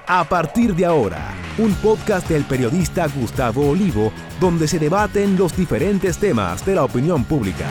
A partir de ahora, un podcast del periodista Gustavo Olivo, donde se debaten los diferentes temas de la opinión pública.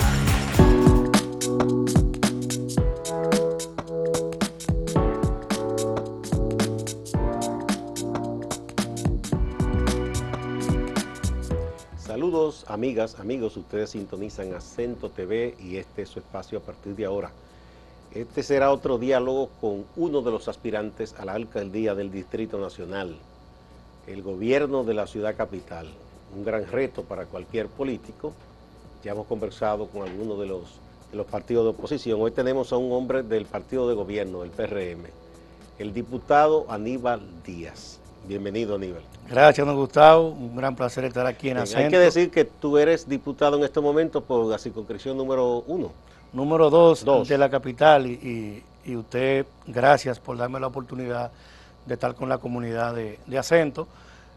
Saludos amigas, amigos, ustedes sintonizan Acento TV y este es su espacio a partir de ahora. Este será otro diálogo con uno de los aspirantes a la alcaldía del Distrito Nacional, el gobierno de la ciudad capital, un gran reto para cualquier político. Ya hemos conversado con algunos de los partidos de oposición. Hoy tenemos a un hombre del partido de gobierno, el PRM, el diputado Aníbal Díaz. Bienvenido, Aníbal. Gracias, don Gustavo. Un gran placer estar aquí en Acento. Hay que decir que tú eres diputado en este momento por la circunscripción número 1. Número 2 de la capital y usted, gracias por darme la oportunidad de estar con la comunidad de Acento.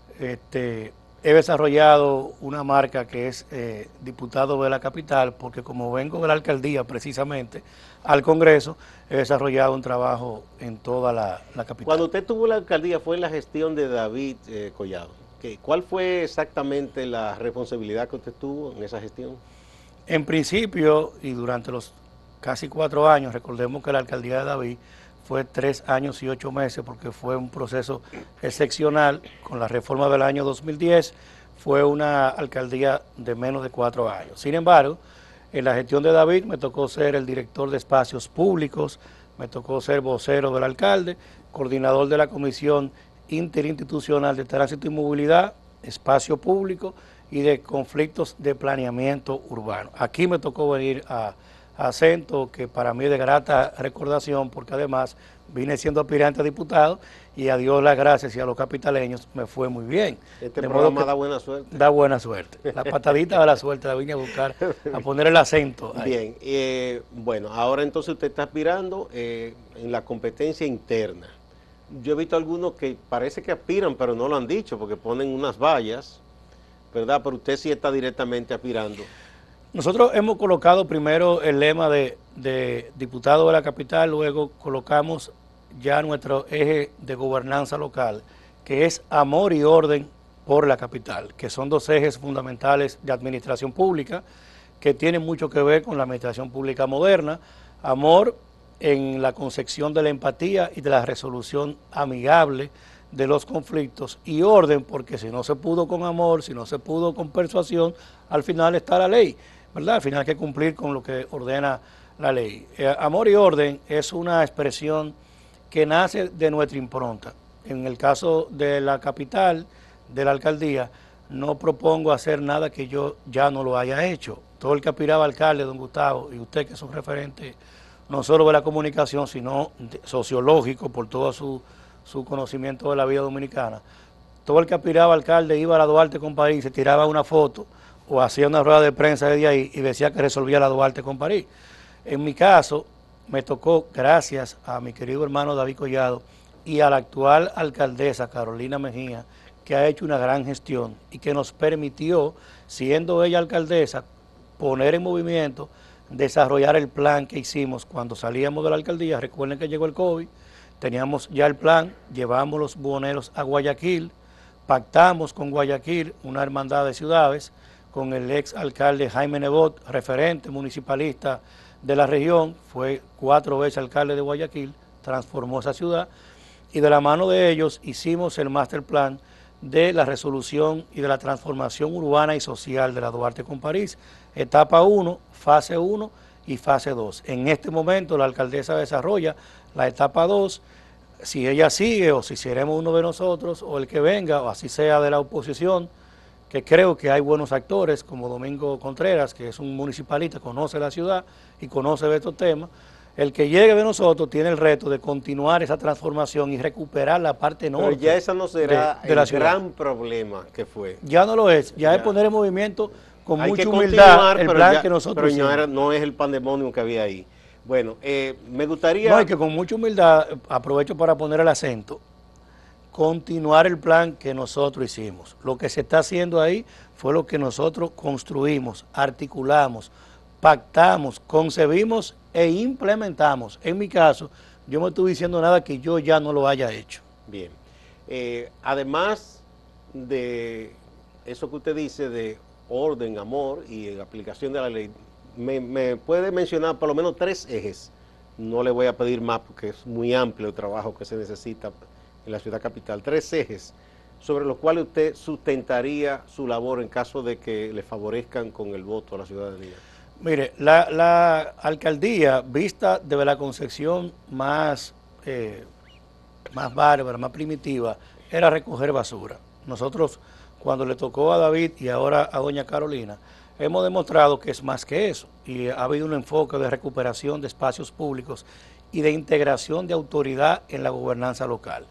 He desarrollado una marca que es diputado de la capital porque como vengo de la alcaldía precisamente al Congreso, he desarrollado un trabajo en toda la capital. Cuando usted tuvo la alcaldía fue en la gestión de David Collado. ¿Cuál fue exactamente la responsabilidad que usted tuvo en esa gestión? En principio y durante los casi 4 años, recordemos que la alcaldía de David fue 3 años y 8 meses porque fue un proceso excepcional. Con la reforma del año 2010 fue una alcaldía de menos de 4 años. Sin embargo, en la gestión de David me tocó ser el director de espacios públicos, me tocó ser vocero del alcalde, coordinador de la Comisión Interinstitucional de Tránsito y Movilidad, Espacio Público y de conflictos de planeamiento urbano. Aquí me tocó venir a Acento, que para mí es de grata recordación, porque además vine siendo aspirante a diputado y a Dios las gracias y a los capitaleños me fue muy bien. Este programa da buena suerte. Da buena suerte. La patadita de la suerte la vine a buscar, a poner el acento ahí. Bien, bueno, ahora entonces usted está aspirando en la competencia interna. Yo he visto algunos que parece que aspiran, pero no lo han dicho, porque ponen unas vallas, ¿verdad? Pero usted sí está directamente aspirando. Nosotros hemos colocado primero el lema de diputado de la capital, luego colocamos ya nuestro eje de gobernanza local, que es amor y orden por la capital, que son 2 ejes fundamentales de administración pública, que tienen mucho que ver con la administración pública moderna. Amor en la concepción de la empatía y de la resolución amigable de los conflictos, y orden porque si no se pudo con amor, si no se pudo con persuasión, al final está la ley, ¿verdad? Al final hay que cumplir con lo que ordena la ley. Amor y orden es una expresión que nace de nuestra impronta. En el caso de la capital, de la alcaldía, no propongo hacer nada que yo ya no lo haya hecho. Todo el que aspiraba a alcalde, don Gustavo, y usted que es un referente no solo de la comunicación, sino sociológico por todo su conocimiento de la vida dominicana. Todo el que aspiraba a alcalde iba a la Duarte con París, se tiraba una foto o hacía una rueda de prensa desde ahí y decía que resolvía la Duarte con París. En mi caso, me tocó, gracias a mi querido hermano David Collado y a la actual alcaldesa Carolina Mejía, que ha hecho una gran gestión y que nos permitió, siendo ella alcaldesa, poner en movimiento, desarrollar el plan que hicimos cuando salíamos de la alcaldía. Recuerden que llegó el COVID, teníamos ya el plan, llevamos los buhoneros a Guayaquil, pactamos con Guayaquil una hermandad de ciudades, con el ex alcalde Jaime Nebot, referente municipalista de la región, fue 4 veces alcalde de Guayaquil, transformó esa ciudad, y de la mano de ellos hicimos el master plan de la resolución y de la transformación urbana y social de la Duarte con París, etapa 1, fase 1 y fase 2. En este momento la alcaldesa desarrolla la etapa 2, si ella sigue o si seremos uno de nosotros o el que venga o así sea de la oposición, que creo que hay buenos actores como Domingo Contreras, que es un municipalista, conoce la ciudad y conoce de estos temas. El que llegue de nosotros tiene el reto de continuar esa transformación y recuperar la parte norte. Pero ya esa no será de la el gran problema que fue. Ya no lo es, ya es poner en movimiento con mucha humildad el plan que nosotros hicimos. Pero no es el pandemonio que había ahí. Bueno, me gustaría... No, es que con mucha humildad, aprovecho para poner el acento, continuar el plan que nosotros hicimos. Lo que se está haciendo ahí fue lo que nosotros construimos, articulamos, pactamos, concebimos e implementamos. En mi caso, yo no estoy diciendo nada que yo ya no lo haya hecho. Bien. Además de eso que usted dice de orden, amor y aplicación de la ley, me puede mencionar por lo menos 3 ejes. No le voy a pedir más porque es muy amplio el trabajo que se necesita en la ciudad capital. 3 ejes sobre los cuales usted sustentaría su labor en caso de que le favorezcan con el voto a la ciudadanía. Mire, la alcaldía, vista desde la concepción más bárbara, más primitiva, era recoger basura. Nosotros, cuando le tocó a David y ahora a doña Carolina, hemos demostrado que es más que eso, y ha habido un enfoque de recuperación de espacios públicos y de integración de autoridad en la gobernanza local.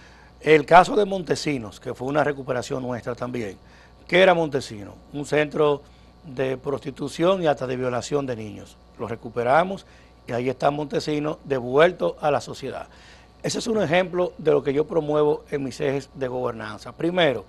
El caso de Montesinos, que fue una recuperación nuestra también. ¿Qué era Montesinos? Un centro de prostitución y hasta de violación de niños. Lo recuperamos y ahí está Montesinos devuelto a la sociedad. Ese es un ejemplo de lo que yo promuevo en mis ejes de gobernanza. Primero,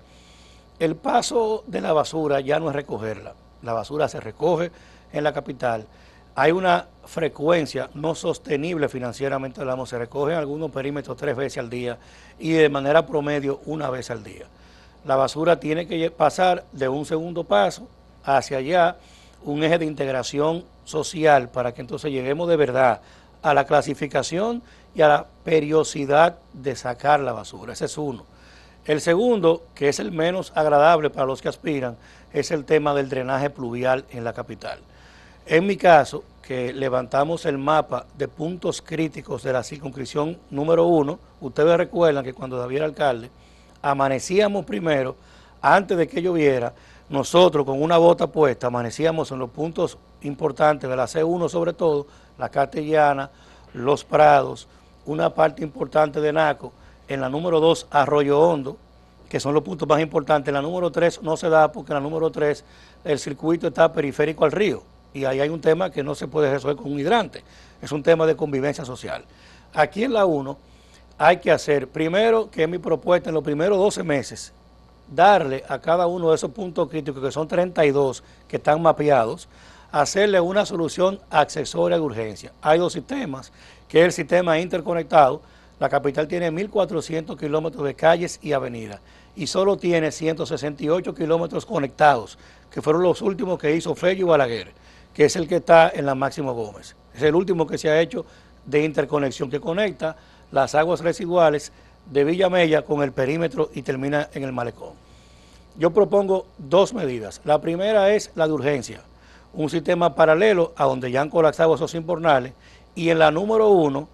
el paso de la basura ya no es recogerla. La basura se recoge en la capital. Hay una frecuencia no sostenible financieramente, se recoge en algunos perímetros 3 veces al día y de manera promedio 1 vez al día. La basura tiene que pasar de un segundo paso hacia allá, un eje de integración social para que entonces lleguemos de verdad a la clasificación y a la periodicidad de sacar la basura. Ese es uno. El segundo, que es el menos agradable para los que aspiran, es el tema del drenaje pluvial en la capital. En mi caso, que levantamos el mapa de puntos críticos de la circunscripción número 1, ustedes recuerdan que cuando David era alcalde, amanecíamos primero, antes de que lloviera, nosotros con una bota puesta, amanecíamos en los puntos importantes de la C1 sobre todo, la Castellana, Los Prados, una parte importante de Naco, en la número 2 Arroyo Hondo, que son los puntos más importantes. En la número 3 no se da porque en la número 3 el circuito está periférico al río y ahí hay un tema que no se puede resolver con un hidrante, es un tema de convivencia social. Aquí en la 1 hay que hacer, primero, que es mi propuesta, en los primeros 12 meses, darle a cada uno de esos puntos críticos, que son 32 que están mapeados, hacerle una solución accesoria de urgencia. Hay 2 sistemas, que es el sistema interconectado. La capital tiene 1.400 kilómetros de calles y avenidas y solo tiene 168 kilómetros conectados, que fueron los últimos que hizo Fello y Balaguer, que es el que está en la Máximo Gómez. Es el último que se ha hecho de interconexión, que conecta las aguas residuales de Villamella con el perímetro y termina en el malecón. Yo propongo 2 medidas. La primera es la de urgencia, un sistema paralelo a donde ya han colapsado esos imbornales, y en la número 1,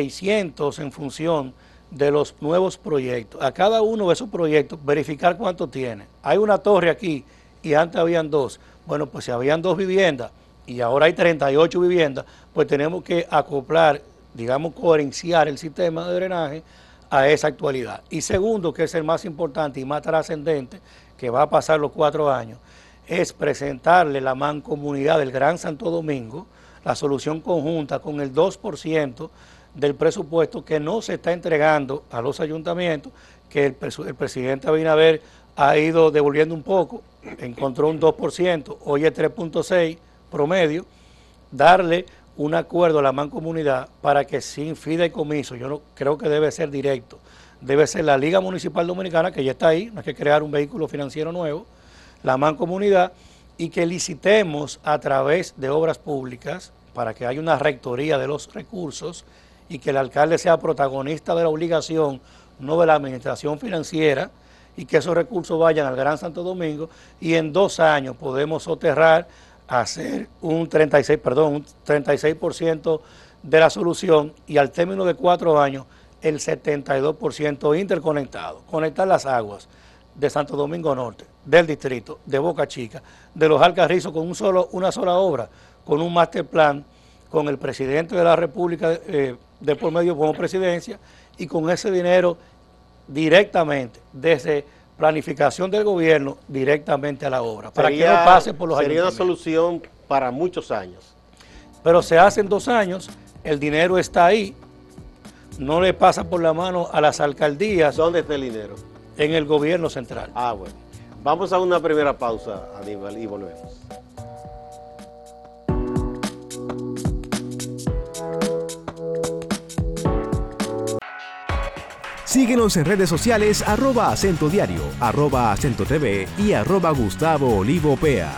600 en función de los nuevos proyectos. A cada uno de esos proyectos verificar cuánto tiene. Hay una torre aquí y antes habían 2. Bueno, pues si habían 2 viviendas y ahora hay 38 viviendas, pues tenemos que acoplar, digamos, coherenciar el sistema de drenaje a esa actualidad. Y segundo, que es el más importante y más trascendente, que va a pasar los 4 años, es presentarle la mancomunidad del Gran Santo Domingo, la solución conjunta con el 2% del presupuesto que no se está entregando a los ayuntamientos, que el presidente Abinader ha ido devolviendo un poco, encontró un 2%, hoy es 3.6% promedio, darle un acuerdo a la mancomunidad para que sin fideicomiso, yo no creo que debe ser directo, debe ser la Liga Municipal Dominicana, que ya está ahí, no hay que crear un vehículo financiero nuevo, la mancomunidad, y que licitemos a través de obras públicas para que haya una rectoría de los recursos y que el alcalde sea protagonista de la obligación, no de la administración financiera, y que esos recursos vayan al Gran Santo Domingo, y en 2 años podemos soterrar, hacer un 36% de la solución, y al término de 4 años el 72% interconectado, conectar las aguas de Santo Domingo Norte, del distrito, de Boca Chica, de los Alcarrizos con una sola obra, con un master plan, con el presidente de la República de por medio como presidencia, y con ese dinero directamente, desde planificación del gobierno, directamente a la obra, para que no pase por los ayuntamientos. Sería una solución para muchos años. Pero se hace en 2 años, el dinero está ahí, no le pasa por la mano a las alcaldías. ¿Dónde está el dinero? En el gobierno central. Ah, bueno. Vamos a una primera pausa, Aníbal, y volvemos. Síguenos en redes sociales @acento diario, @acento TV y @Gustavo Olivo Pea.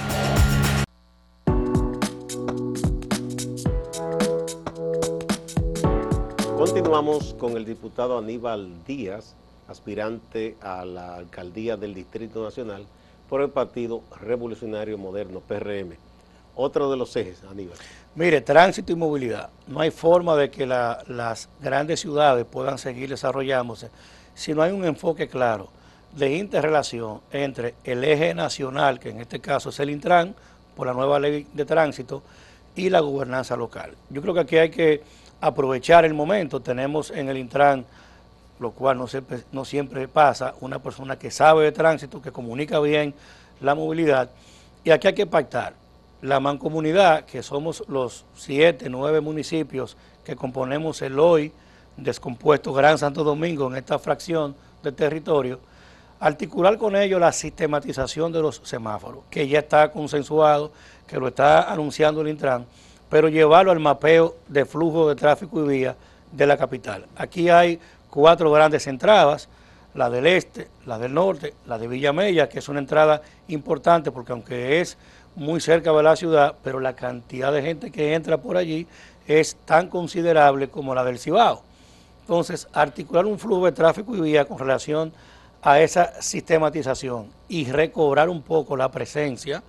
Continuamos con el diputado Aníbal Díaz, aspirante a la alcaldía del Distrito Nacional por el Partido Revolucionario Moderno, PRM. Otro de los ejes, Aníbal. Mire, tránsito y movilidad. No hay forma de que las grandes ciudades puedan seguir desarrollándose si no hay un enfoque claro de interrelación entre el eje nacional, que en este caso es el Intran, por la nueva ley de tránsito, y la gobernanza local. Yo creo que aquí hay que aprovechar el momento. Tenemos en el Intran, lo cual no siempre pasa, una persona que sabe de tránsito, que comunica bien la movilidad, y aquí hay que pactar. La mancomunidad, que somos los 7, 9 municipios que componemos el hoy descompuesto Gran Santo Domingo en esta fracción de territorio, articular con ellos la sistematización de los semáforos, que ya está consensuado, que lo está anunciando el Intran, pero llevarlo al mapeo de flujo de tráfico y vía de la capital. Aquí hay 4 grandes entradas, la del este, la del norte, la de Villamella, que es una entrada importante porque aunque es muy cerca de la ciudad, pero la cantidad de gente que entra por allí es tan considerable como la del Cibao. Entonces, articular un flujo de tráfico y vía con relación a esa sistematización y recobrar un poco la presencia,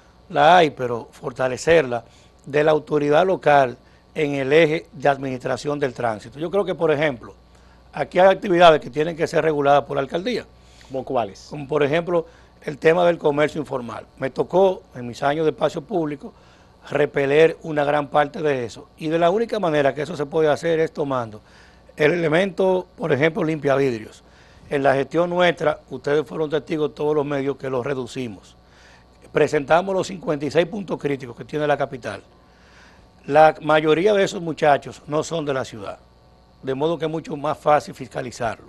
la hay, pero fortalecerla, de la autoridad local en el eje de administración del tránsito. Yo creo que, por ejemplo, aquí hay actividades que tienen que ser reguladas por la alcaldía. ¿Cómo cuáles? Como por ejemplo el tema del comercio informal. Me tocó en mis años de espacio público repeler una gran parte de eso. Y de la única manera que eso se puede hacer es tomando el elemento, por ejemplo, limpia vidrios. En la gestión nuestra, ustedes fueron testigos todos los medios que los reducimos. Presentamos los 56 puntos críticos que tiene la capital. La mayoría de esos muchachos no son de la ciudad, de modo que es mucho más fácil fiscalizarlo.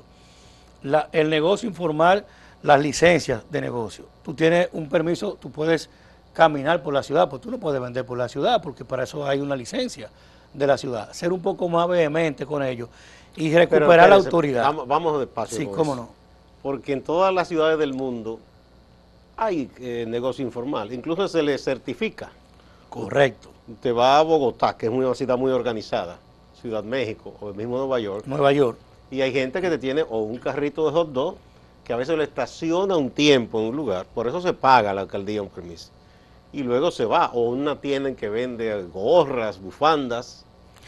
El negocio informal, las licencias de negocio. Tú tienes un permiso, tú puedes caminar por la ciudad, pues tú no puedes vender por la ciudad, porque para eso hay una licencia de la ciudad. Ser un poco más vehemente con ellos y recuperar la autoridad. Vamos despacio. Sí, cómo no. Porque en todas las ciudades del mundo hay negocio informal, incluso se le certifica. Correcto. Usted va a Bogotá, que es una ciudad muy organizada, Ciudad México o el mismo Nueva York. Nueva York. Y hay gente que te tiene o un carrito de hot dog, que a veces lo estaciona un tiempo en un lugar, por eso se paga a la alcaldía un permiso. Y luego se va, o una tienda en que vende gorras, bufandas.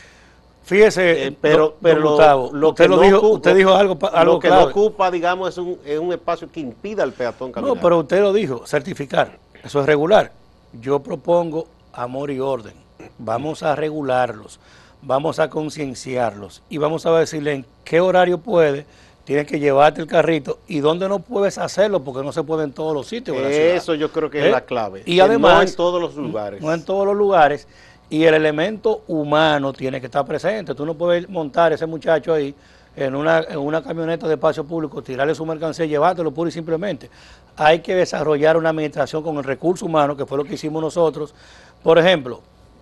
Fíjese, pero Gustavo, usted dijo algo lo que clave. no ocupa, digamos, es un espacio que impida al peatón caminar. No, pero usted lo dijo, certificar, eso es regular. Yo propongo amor y orden. Vamos a regularlos, vamos a concienciarlos y vamos a decirle en qué horario puede. Tienes que llevarte el carrito y dónde no puedes hacerlo porque no se puede en todos los sitios de la ciudad. Eso yo creo que es la clave. Y además, no en todos los lugares. No en todos los lugares. Y el elemento humano tiene que estar presente. Tú no puedes montar a ese muchacho ahí en una camioneta de espacio público, tirarle su mercancía y llevártelo pura y simplemente. Hay que desarrollar una administración con el recurso humano, que fue lo que hicimos nosotros. Por ejemplo,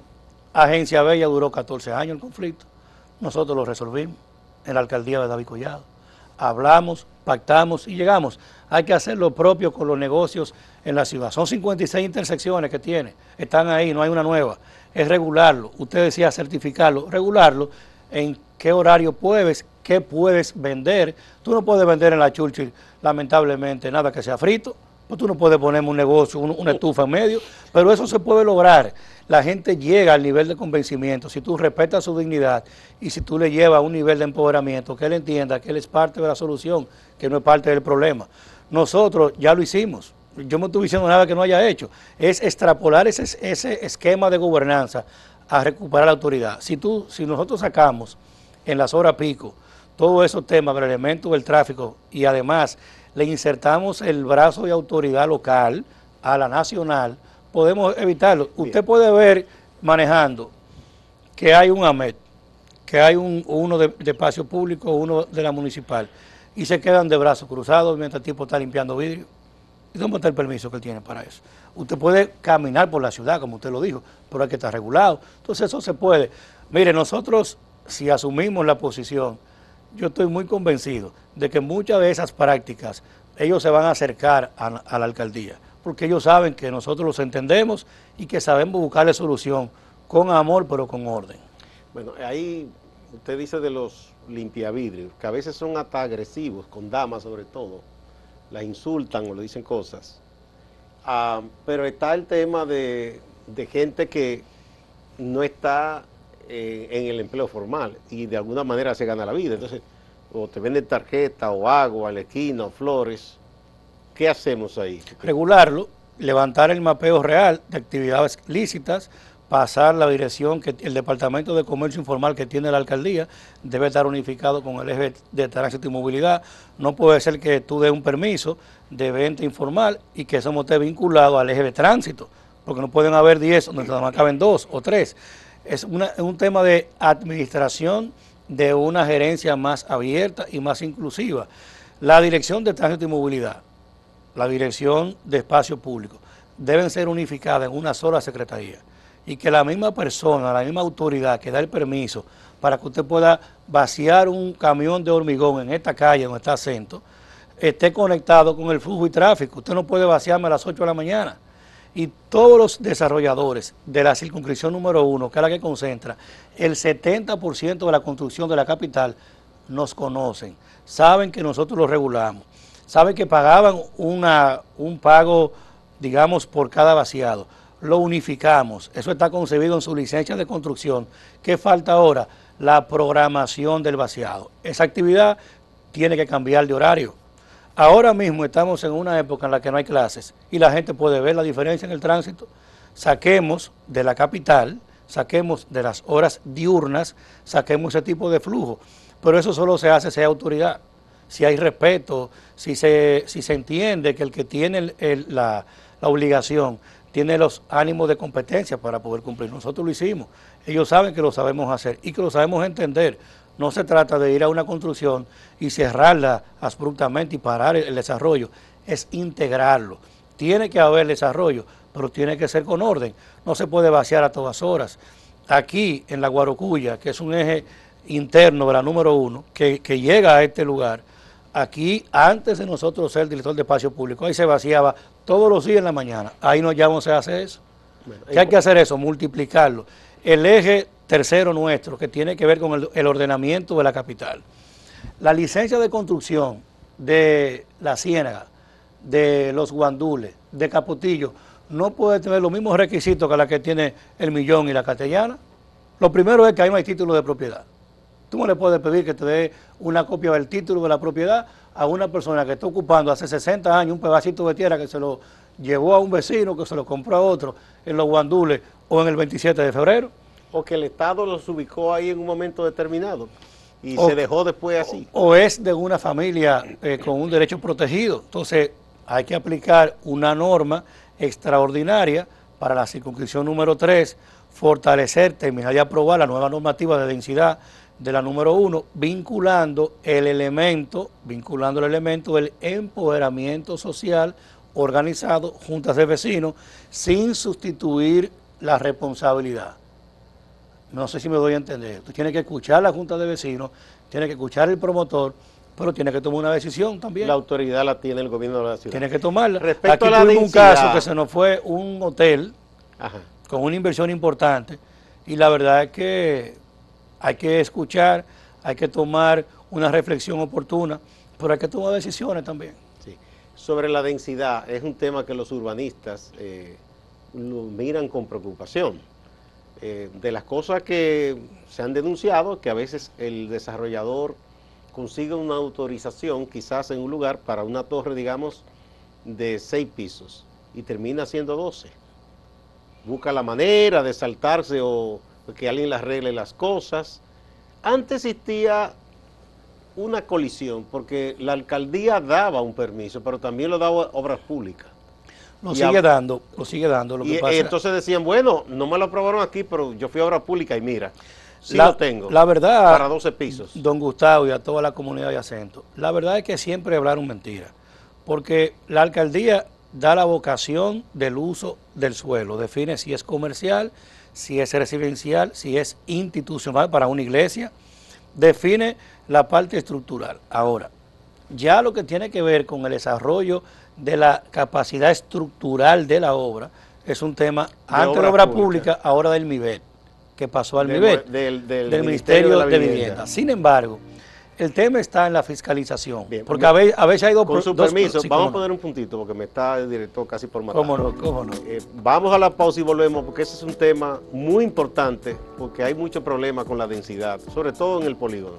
Agencia Bella duró 14 años el conflicto. Nosotros lo resolvimos en la alcaldía de David Collado. Hablamos, pactamos y llegamos. Hay que hacer lo propio con los negocios en la ciudad. Son 56 intersecciones que tiene, están ahí, no hay una nueva. Es regularlo, usted decía certificarlo, regularlo, en qué horario puedes, qué puedes vender. Tú no puedes vender en la Churchill, lamentablemente, nada que sea frito. Pues tú no puedes ponerme un negocio, una estufa en medio, pero eso se puede lograr. La gente llega al nivel de convencimiento, si tú respetas su dignidad y si tú le llevas a un nivel de empoderamiento, que él entienda que él es parte de la solución, que no es parte del problema. Nosotros ya lo hicimos, yo no estoy diciendo nada que no haya hecho, es extrapolar ese esquema de gobernanza a recuperar la autoridad. Si nosotros sacamos en las horas pico todos esos temas del elemento del tráfico y además le insertamos el brazo de autoridad local a la nacional, podemos evitarlo. Bien. Usted puede ver manejando que hay un AMET, que hay uno de espacio público, uno de la municipal, y se quedan de brazos cruzados mientras el tipo está limpiando vidrio. ¿Y dónde está el permiso que él tiene para eso? Usted puede caminar por la ciudad, como usted lo dijo, pero hay que estar regulado. Entonces eso se puede. Mire, nosotros, si asumimos la posición yo estoy muy convencido de que muchas de esas prácticas ellos se van a acercar a la alcaldía, porque ellos saben que nosotros los entendemos y que sabemos buscarle solución con amor, pero con orden. Bueno, ahí usted dice de los limpiavidrios, que a veces son hasta agresivos, con damas sobre todo, las insultan o le dicen cosas. Pero está el tema de gente que no está en el empleo formal y de alguna manera se gana la vida. Entonces, o te venden tarjeta o agua en la esquina o flores. ¿Qué hacemos ahí? Regularlo, levantar el mapeo real de actividades lícitas, pasar la dirección que el Departamento de Comercio Informal que tiene la alcaldía debe estar unificado con el eje de tránsito y movilidad. No puede ser que tú des un permiso de venta informal y que eso no esté vinculado al eje de tránsito, porque no pueden haber 10 donde nada más caben 2 o 3. Es un tema de administración, de una gerencia más abierta y más inclusiva. La dirección de tránsito y movilidad, la dirección de espacio público, deben ser unificadas en una sola secretaría y que la misma persona, la misma autoridad que da el permiso para que usted pueda vaciar un camión de hormigón en esta calle donde está Acento, esté conectado con el flujo y tráfico. Usted no puede vaciarme a las 8 de la mañana. Y todos los desarrolladores de la circunscripción número 1, que es la que concentra el 70% de la construcción de la capital, nos conocen, saben que nosotros lo regulamos, saben que pagaban un pago, digamos, por cada vaciado. Lo unificamos, eso está concebido en su licencia de construcción. ¿Qué falta ahora? La programación del vaciado. Esa actividad tiene que cambiar de horario. Ahora mismo estamos en una época en la que no hay clases y la gente puede ver la diferencia en el tránsito. Saquemos de la capital, saquemos de las horas diurnas, saquemos ese tipo de flujo. Pero eso solo se hace si hay autoridad, si hay respeto, si se entiende que el que tiene la obligación tiene los ánimos de competencia para poder cumplir. Nosotros lo hicimos. Ellos saben que lo sabemos hacer y que lo sabemos entender. No se trata de ir a una construcción y cerrarla abruptamente y parar el desarrollo, es integrarlo. Tiene que haber desarrollo, pero tiene que ser con orden. No se puede vaciar a todas horas. Aquí en la Guarocuya, que es un eje interno de la número 1, que llega a este lugar, aquí antes de nosotros ser director de espacio público, ahí se vaciaba todos los días en la mañana. Ahí no se hace eso. Bueno, ¿qué hay que hacer eso? Multiplicarlo. El eje tercero nuestro, que tiene que ver con el ordenamiento de la capital. La licencia de construcción de La Ciénaga, de Los Guandules, de Capotillo, no puede tener los mismos requisitos que la que tiene El Millón y la Castellana. Lo primero es que ahí no hay título de propiedad. Tú no le puedes pedir que te dé una copia del título de la propiedad a una persona que está ocupando hace 60 años un pedacito de tierra que se lo llevó a un vecino, que se lo compró a otro en Los Guandules o en el 27 de febrero. O que el Estado los ubicó ahí en un momento determinado y se dejó después así. O es de una familia con un derecho protegido. Entonces hay que aplicar una norma extraordinaria para la circunscripción número 3, fortalecer, terminar de aprobar la nueva normativa de densidad de la número 1, vinculando el elemento del empoderamiento social organizado, juntas de vecinos, sin sustituir la responsabilidad. No sé si me doy a entender. Tú tienes que escuchar a la Junta de Vecinos, tienes que escuchar al promotor, pero tienes que tomar una decisión también. La autoridad la tiene el gobierno de la ciudad. Tienes que tomarla. Respecto Aquí a la tuvimos densidad, un caso que se nos fue un hotel con una inversión importante y la verdad es que hay que escuchar, hay que tomar una reflexión oportuna, pero hay que tomar decisiones también. Sí. Sobre la densidad, es un tema que los urbanistas lo miran con preocupación. De las cosas que se han denunciado, que a veces el desarrollador consigue una autorización quizás en un lugar para una torre, digamos, de 6 pisos y termina siendo 12. Busca la manera de saltarse o que alguien le arregle las cosas. Antes existía una colisión porque la alcaldía daba un permiso, pero también lo daba Obras Públicas. Lo sigue dando. Lo que pasa, entonces decían, bueno, no me lo aprobaron aquí, pero yo fui a Obras Públicas y mira, sí lo tengo. La verdad, para 12 pisos. Don Gustavo y a toda la comunidad de Acento, la verdad es que siempre hablaron mentiras, porque la alcaldía da la vocación del uso del suelo, define si es comercial, si es residencial, si es institucional para una iglesia, define la parte estructural. Ahora, ya lo que tiene que ver con el desarrollo de la capacidad estructural de la obra es un tema antes de obra pública, ahora del MIBET, que pasó al MIBET, del Ministerio de Vivienda. Sin embargo, el tema está en la fiscalización. Bien, porque a veces hay dos... Con su permiso, vamos a poner un puntito, porque me está el director casi por matar. ¿Cómo no? Vamos a la pausa y volvemos, porque ese es un tema muy importante, porque hay mucho problema con la densidad, sobre todo en el polígono.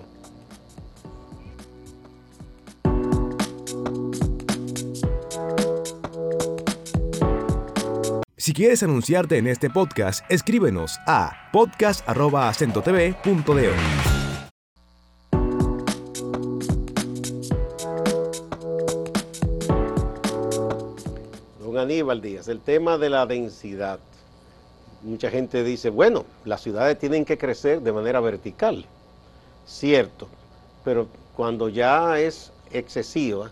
Si quieres anunciarte en este podcast, escríbenos a podcast@acentotv.de. Don Aníbal Díaz, el tema de la densidad. Mucha gente dice, bueno, las ciudades tienen que crecer de manera vertical. Cierto, pero cuando ya es excesiva,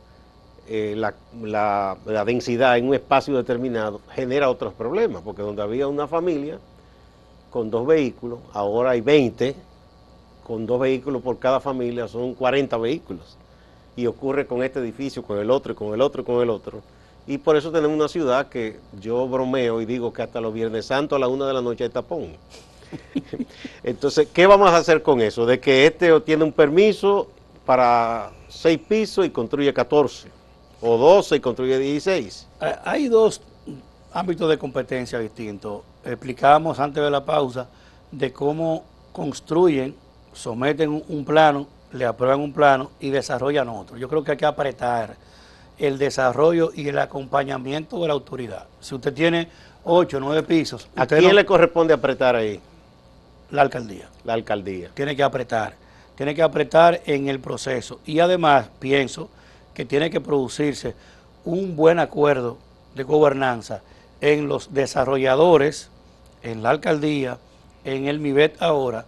la densidad en un espacio determinado genera otros problemas, porque donde había una familia con 2 vehículos, ahora hay 20, con 2 vehículos por cada familia, son 40 vehículos. Y ocurre con este edificio, con el otro, y con el otro, y con el otro. Y por eso tenemos una ciudad que yo bromeo y digo que hasta los Viernes Santos a la 1 de la noche hay tapón. Entonces, ¿qué vamos a hacer con eso? De que este tiene un permiso para 6 pisos y construye 14. O 12 y construye 16. Hay 2 ámbitos de competencia distintos. Explicábamos antes de la pausa de cómo construyen, someten un plano, le aprueban un plano y desarrollan otro. Yo creo que hay que apretar el desarrollo y el acompañamiento de la autoridad. Si usted tiene 8 o 9 pisos... ¿A quién le corresponde apretar ahí? La alcaldía. La alcaldía. Tiene que apretar en el proceso. Y además pienso que tiene que producirse un buen acuerdo de gobernanza en los desarrolladores, en la alcaldía, en el MIBET ahora,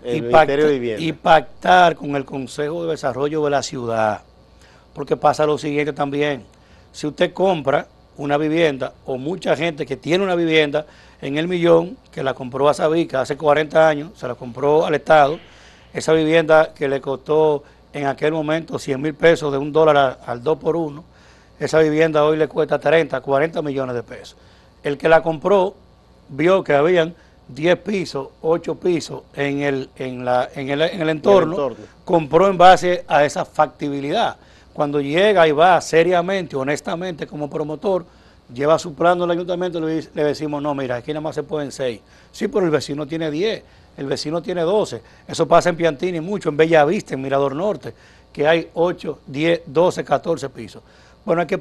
y pactar con el Consejo de Desarrollo de la ciudad. Porque pasa lo siguiente también, si usted compra una vivienda, o mucha gente que tiene una vivienda en El Millón, que la compró a Sabica hace 40 años, se la compró al Estado, esa vivienda que le costó en aquel momento 100,000 pesos de $1 al 2 por 1, esa vivienda hoy le cuesta 30, 40 millones de pesos. El que la compró vio que habían 10 pisos, 8 pisos en el entorno, compró en base a esa factibilidad. Cuando llega y va seriamente, honestamente como promotor, lleva su plano al ayuntamiento y le decimos, no, mira, aquí nada más se pueden 6. Sí, pero el vecino tiene 10. El vecino tiene 12, eso pasa en Piantini mucho, en Bellavista, en Mirador Norte, que hay 8, 10, 12, 14 pisos. Bueno, hay que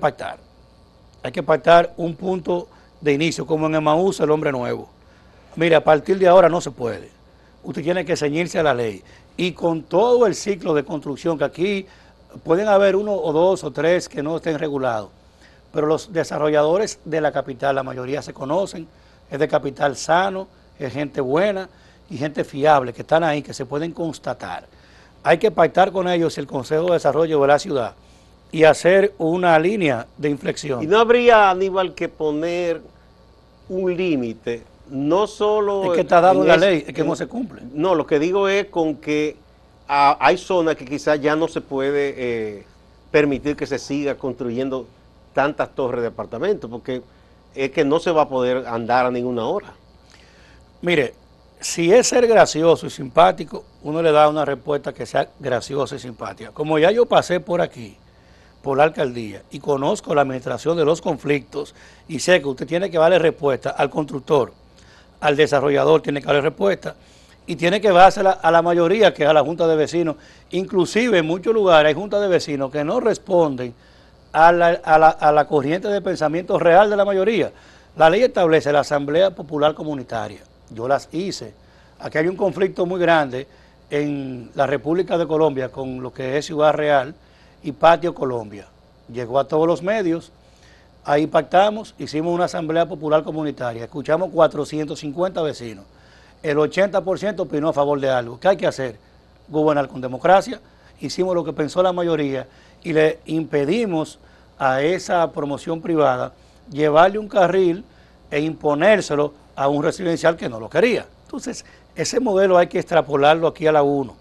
pactar un punto de inicio, como en Emaús, el hombre nuevo. Mire, a partir de ahora no se puede, usted tiene que ceñirse a la ley, y con todo el ciclo de construcción, que aquí pueden haber 1 o 2 o 3 que no estén regulados, pero los desarrolladores de la capital, la mayoría se conocen, es de capital sano, es gente buena, y gente fiable que están ahí, que se pueden constatar. Hay que pactar con ellos el Consejo de Desarrollo de la ciudad y hacer una línea de inflexión. ¿Y no habría, Aníbal, que poner un límite? No solo... Es que está dado en la ley, es que no se cumple. No, lo que digo es con que hay zonas que quizás ya no se puede permitir que se siga construyendo tantas torres de apartamentos, porque es que no se va a poder andar a ninguna hora. Mire, si es ser gracioso y simpático, uno le da una respuesta que sea graciosa y simpática. Como ya yo pasé por aquí, por la alcaldía, y conozco la administración de los conflictos, y sé que usted tiene que darle respuesta al constructor, al desarrollador tiene que darle respuesta, y tiene que dársela a la mayoría, que es a la Junta de Vecinos. Inclusive en muchos lugares hay juntas de vecinos que no responden a la corriente de pensamiento real de la mayoría. La ley establece la Asamblea Popular Comunitaria. Yo las hice. Aquí hay un conflicto muy grande en la República de Colombia con lo que es Ciudad Real y Patio Colombia. Llegó a todos los medios, ahí pactamos, hicimos una Asamblea Popular Comunitaria, escuchamos 450 vecinos. El 80% opinó a favor de algo. ¿Qué hay que hacer? Gobernar con democracia. Hicimos lo que pensó la mayoría y le impedimos a esa promoción privada llevarle un carril e imponérselo a un residencial que no lo quería. Entonces, ese modelo hay que extrapolarlo aquí a la 1.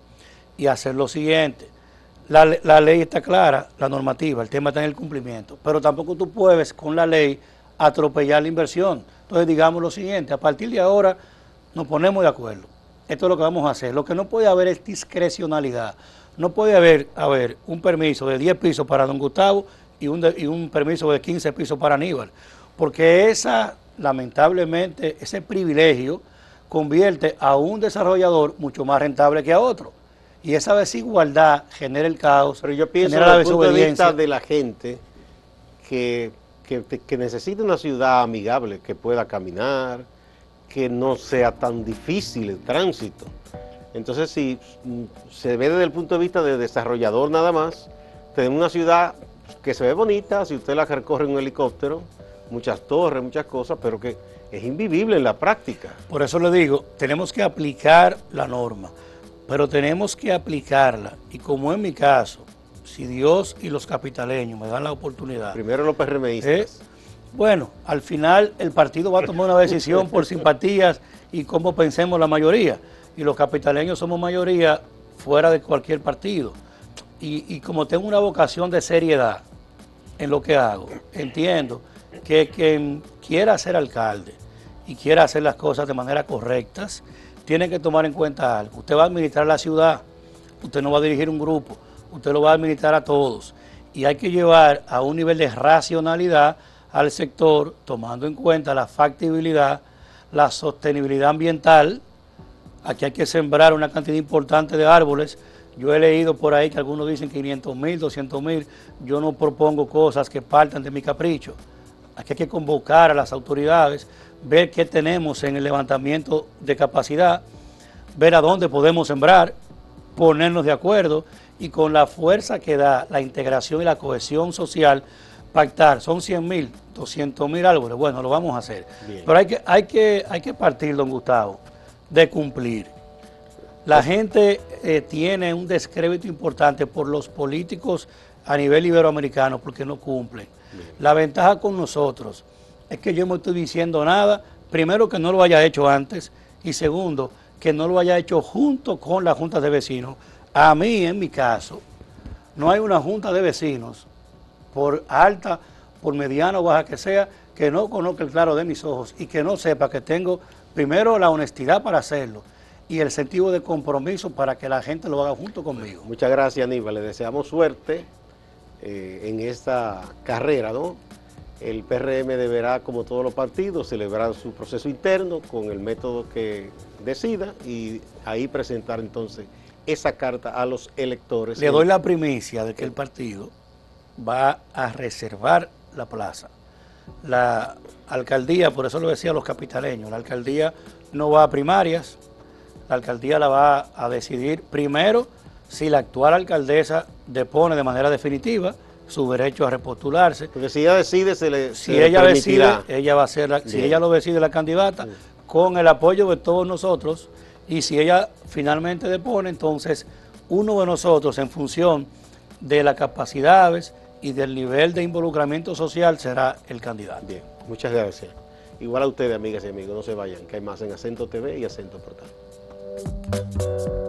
y hacer lo siguiente. La ley está clara, la normativa, el tema está en el cumplimiento, pero tampoco tú puedes con la ley atropellar la inversión. Entonces digamos lo siguiente, a partir de ahora nos ponemos de acuerdo. Esto es lo que vamos a hacer. Lo que no puede haber es discrecionalidad. No puede haber un permiso de 10 pisos para don Gustavo y un permiso de 15 pisos para Aníbal, porque lamentablemente, ese privilegio convierte a un desarrollador mucho más rentable que a otro. Y esa desigualdad genera el caos. Pero yo pienso desde el punto de vista de la gente que necesita una ciudad amigable, que pueda caminar, que no sea tan difícil el tránsito. Entonces, si se ve desde el punto de vista de desarrollador nada más, tenemos una ciudad que se ve bonita, si usted la recorre en un helicóptero, muchas torres, muchas cosas, pero que es invivible en la práctica. Por eso le digo, tenemos que aplicar la norma, pero tenemos que aplicarla, y como en mi caso, si Dios y los capitaleños me dan la oportunidad. Primero los PRMistas. Bueno, al final el partido va a tomar una decisión por simpatías y cómo pensemos la mayoría, y los capitaleños somos mayoría fuera de cualquier partido, y como tengo una vocación de seriedad en lo que hago, entiendo que quien quiera ser alcalde y quiera hacer las cosas de manera correctas, tiene que tomar en cuenta algo. Usted va a administrar la ciudad, usted no va a dirigir un grupo, usted lo va a administrar a todos, y hay que llevar a un nivel de racionalidad al sector, tomando en cuenta la factibilidad, la sostenibilidad ambiental. Aquí hay que sembrar una cantidad importante de árboles. Yo he leído por ahí que algunos dicen 500.000, 200.000. Yo no propongo cosas que partan de mi capricho. Aquí hay que convocar a las autoridades, ver qué tenemos en el levantamiento de capacidad, ver a dónde podemos sembrar, ponernos de acuerdo y con la fuerza que da la integración y la cohesión social, pactar. Son 100.000, 200.000 árboles. Bueno, lo vamos a hacer. Bien. Pero hay que partir, don Gustavo, de cumplir. La gente tiene un descrédito importante por los políticos a nivel iberoamericano porque no cumplen. Bien. La ventaja con nosotros es que yo no estoy diciendo nada, primero que no lo haya hecho antes y segundo que no lo haya hecho junto con la Junta de Vecinos. A mí, en mi caso, no hay una Junta de Vecinos, por alta, por mediana o baja que sea, que no conozca el claro de mis ojos y que no sepa que tengo primero la honestidad para hacerlo y el sentido de compromiso para que la gente lo haga junto conmigo. Muchas gracias, Aníbal. Le deseamos suerte en esta carrera, ¿no? El PRM deberá, como todos los partidos, celebrar su proceso interno con el método que decida y ahí presentar entonces esa carta a los electores. Le doy la primicia de que el partido va a reservar la plaza. La alcaldía, por eso lo decía los capitaleños, la alcaldía no va a primarias, la alcaldía la va a decidir primero si la actual alcaldesa depone de manera definitiva su derecho a repostularse. Porque si ella decide, si ella decide, ella va a ser si ella lo decide la candidata, con el apoyo de todos nosotros, y si ella finalmente depone, entonces uno de nosotros, en función de las capacidades y del nivel de involucramiento social, será el candidato. Bien, muchas gracias. Igual a ustedes, amigas y amigos, no se vayan, que hay más en Acento TV y Acento Portal.